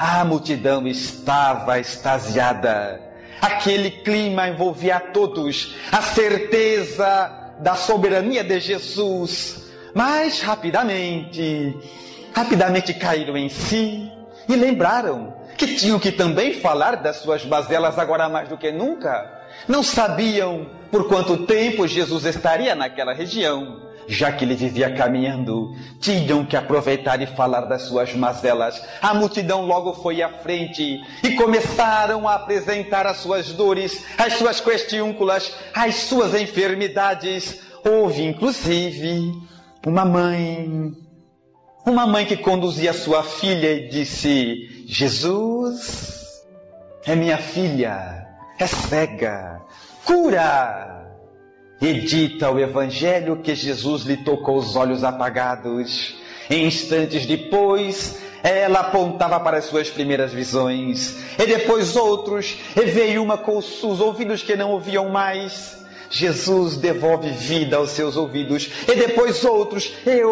A multidão estava extasiada. Aquele clima envolvia a todos, a certeza da soberania de Jesus. Mas rapidamente caíram em si e lembraram que tinham que também falar das suas mazelas agora mais do que nunca. Não sabiam por quanto tempo Jesus estaria naquela região, já que ele vivia caminhando. Tinham que aproveitar e falar das suas mazelas. A multidão logo foi à frente e começaram a apresentar as suas dores, as suas questiúnculas, as suas enfermidades. Houve inclusive uma mãe que conduzia sua filha e disse: Jesus, é minha filha, é cega, cura! E dita o Evangelho que Jesus lhe tocou os olhos apagados. Em instantes depois, ela apontava para as suas primeiras visões. E depois outros, e veio uma com os ouvidos que não ouviam mais. Jesus devolve vida aos seus ouvidos. E depois outros,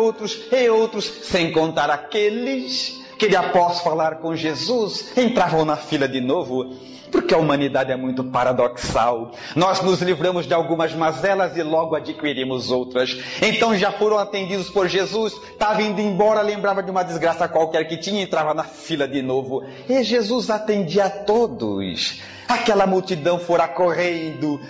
sem contar aqueles que, após falar com Jesus, entravam na fila de novo. Porque a humanidade é muito paradoxal. Nós nos livramos de algumas mazelas e logo adquirimos outras. Então já foram atendidos por Jesus, estava indo embora, lembrava de uma desgraça qualquer que tinha, entrava na fila de novo. E Jesus atendia a todos. Aquela multidão fora correndo,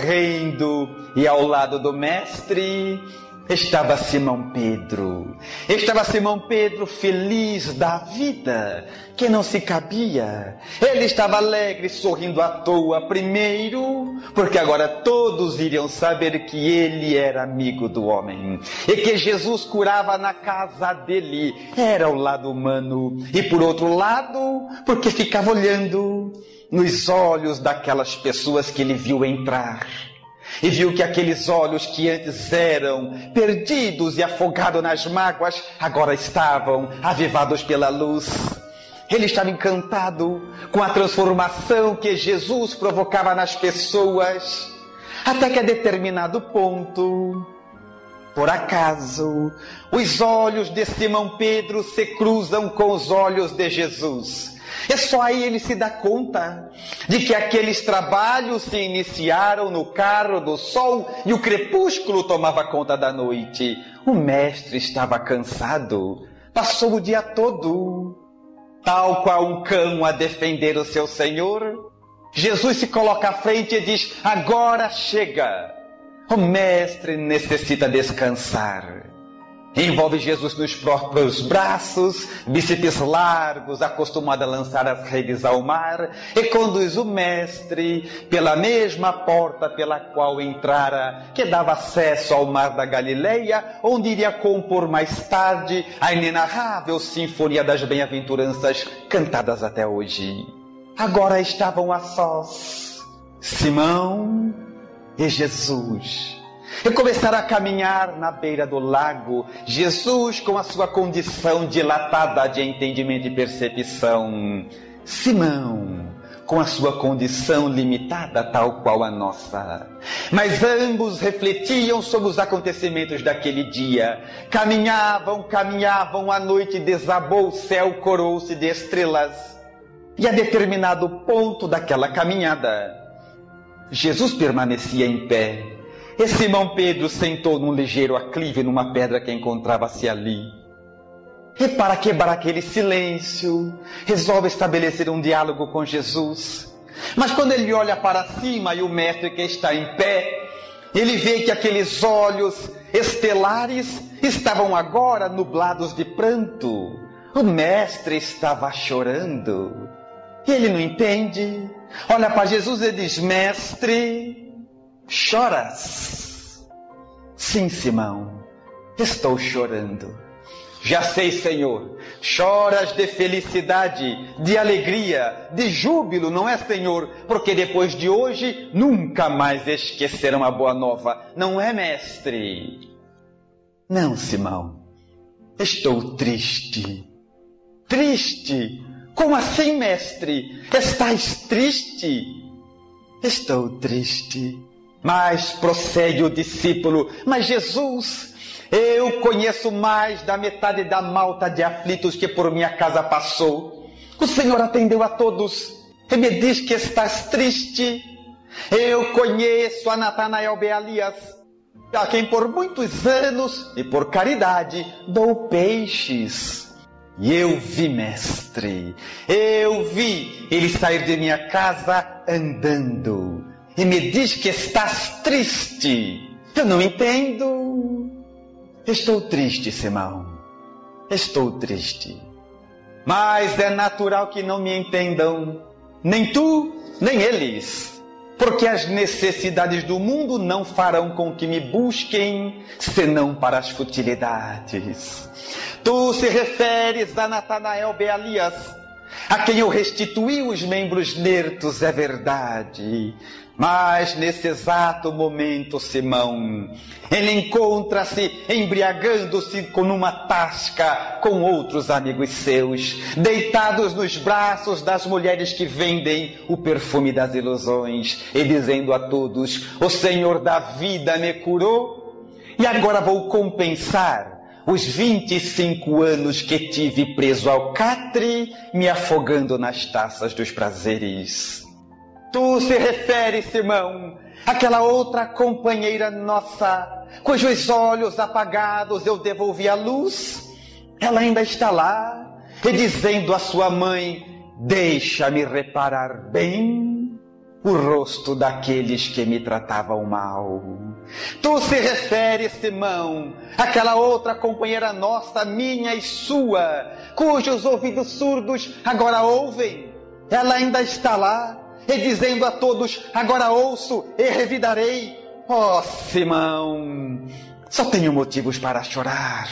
e ao lado do mestre estava Simão Pedro. Estava Simão Pedro feliz da vida, que não se cabia. Ele estava alegre, sorrindo à toa, primeiro, porque agora todos iriam saber que ele era amigo do homem. E que Jesus curava na casa dele. Era o lado humano. E por outro lado, porque ficava olhando nos olhos daquelas pessoas que ele viu entrar. E viu que aqueles olhos que antes eram perdidos e afogados nas mágoas, agora estavam avivados pela luz. Ele estava encantado com a transformação que Jesus provocava nas pessoas, até que a determinado ponto, por acaso, os olhos de Simão Pedro se cruzam com os olhos de Jesus. É só aí ele se dá conta de que aqueles trabalhos se iniciaram no carro do sol e o crepúsculo tomava conta da noite. O mestre estava cansado, passou o dia todo, tal qual um cão a defender o seu senhor. Jesus se coloca à frente e diz: agora chega. O mestre necessita descansar. Envolve Jesus nos próprios braços, bíceps largos, acostumado a lançar as redes ao mar, e conduz o mestre pela mesma porta pela qual entrara, que dava acesso ao mar da Galileia, onde iria compor mais tarde a inenarrável sinfonia das bem-aventuranças cantadas até hoje. Agora estavam a sós, Simão e Jesus. E começaram a caminhar na beira do lago. Jesus com a sua condição dilatada de entendimento e percepção. Simão com a sua condição limitada, tal qual a nossa. Mas ambos refletiam sobre os acontecimentos daquele dia. Caminhavam, a noite desabou, o céu coroou-se de estrelas. E a determinado ponto daquela caminhada, Jesus permanecia em pé. E Simão Pedro sentou num ligeiro aclive numa pedra que encontrava-se ali. E para quebrar aquele silêncio, resolve estabelecer um diálogo com Jesus. Mas quando ele olha para cima e o mestre que está em pé, ele vê que aqueles olhos estelares estavam agora nublados de pranto. O mestre estava chorando. E ele não entende. Olha para Jesus e diz: mestre, choras? Sim, Simão, estou chorando. Já sei, Senhor, choras de felicidade, de alegria, de júbilo, não é, Senhor? Porque depois de hoje nunca mais esquecerão a boa nova, não é, mestre? Não, Simão, estou triste. Triste? Como assim, mestre? Estás triste? Estou triste. Mas prossegue o discípulo: mas Jesus, eu conheço mais da metade da malta de aflitos que por minha casa passou. O Senhor atendeu a todos e me diz que estás triste. Eu conheço a Natanael Bealias, a quem por muitos anos e por caridade dou peixes. E eu vi, mestre, eu vi ele sair de minha casa andando. E me diz que estás triste. Eu não entendo. Estou triste, Simão. Estou triste. Mas é natural que não me entendam. Nem tu, nem eles. Porque as necessidades do mundo não farão com que me busquem, senão para as futilidades. Tu se referes a Natanael Bealias, a quem eu restituí os membros nertos, é verdade. Mas nesse exato momento, Simão, ele encontra-se embriagando-se numa tasca com outros amigos seus, deitados nos braços das mulheres que vendem o perfume das ilusões, e dizendo a todos: o Senhor da vida me curou, e agora vou compensar os 25 anos que tive preso ao catre, me afogando nas taças dos prazeres. Tu se referes, Simão, àquela outra companheira nossa, cujos olhos apagados eu devolvi à luz. Ela ainda está lá, e dizendo à sua mãe: deixa-me reparar bem o rosto daqueles que me tratavam mal. Tu se referes, Simão, àquela outra companheira nossa, minha e sua, cujos ouvidos surdos agora ouvem. Ela ainda está lá, e dizendo a todos: agora ouço e revidarei. Oh, Simão, só tenho motivos para chorar.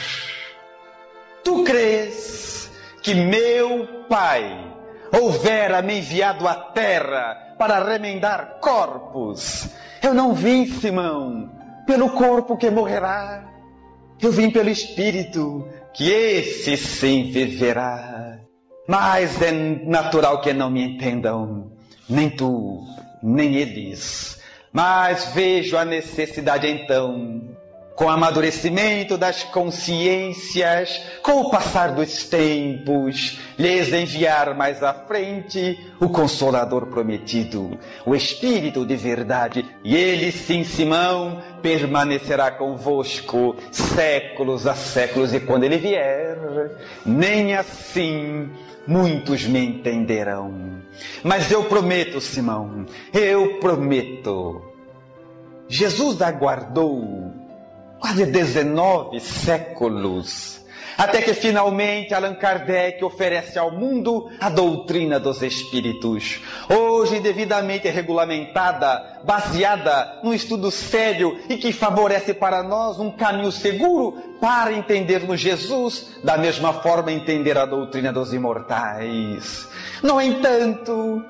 Tu crês que meu Pai houvera me enviado à terra para remendar corpos? Eu não vim, Simão, pelo corpo que morrerá. Eu vim pelo Espírito, que esse sim viverá. Mas é natural que não me entendam. Nem tu, nem eles. Mas vejo a necessidade então, com o amadurecimento das consciências, com o passar dos tempos, lhes enviar mais à frente o Consolador prometido, o Espírito de verdade. E ele, sim, Simão, permanecerá convosco séculos a séculos. E quando ele vier, nem assim muitos me entenderão. Mas eu prometo, Simão, eu prometo. Jesus aguardou quase 19 séculos, até que finalmente Allan Kardec oferece ao mundo a doutrina dos espíritos, hoje devidamente regulamentada, baseada num estudo sério e que favorece para nós um caminho seguro para entendermos Jesus, da mesma forma entender a doutrina dos imortais. No entanto,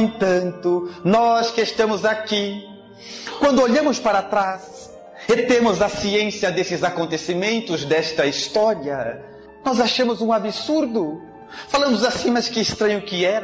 nós que estamos aqui, quando olhamos para trás e temos a ciência desses acontecimentos, desta história, nós achamos um absurdo. Falamos assim: mas que estranho que era.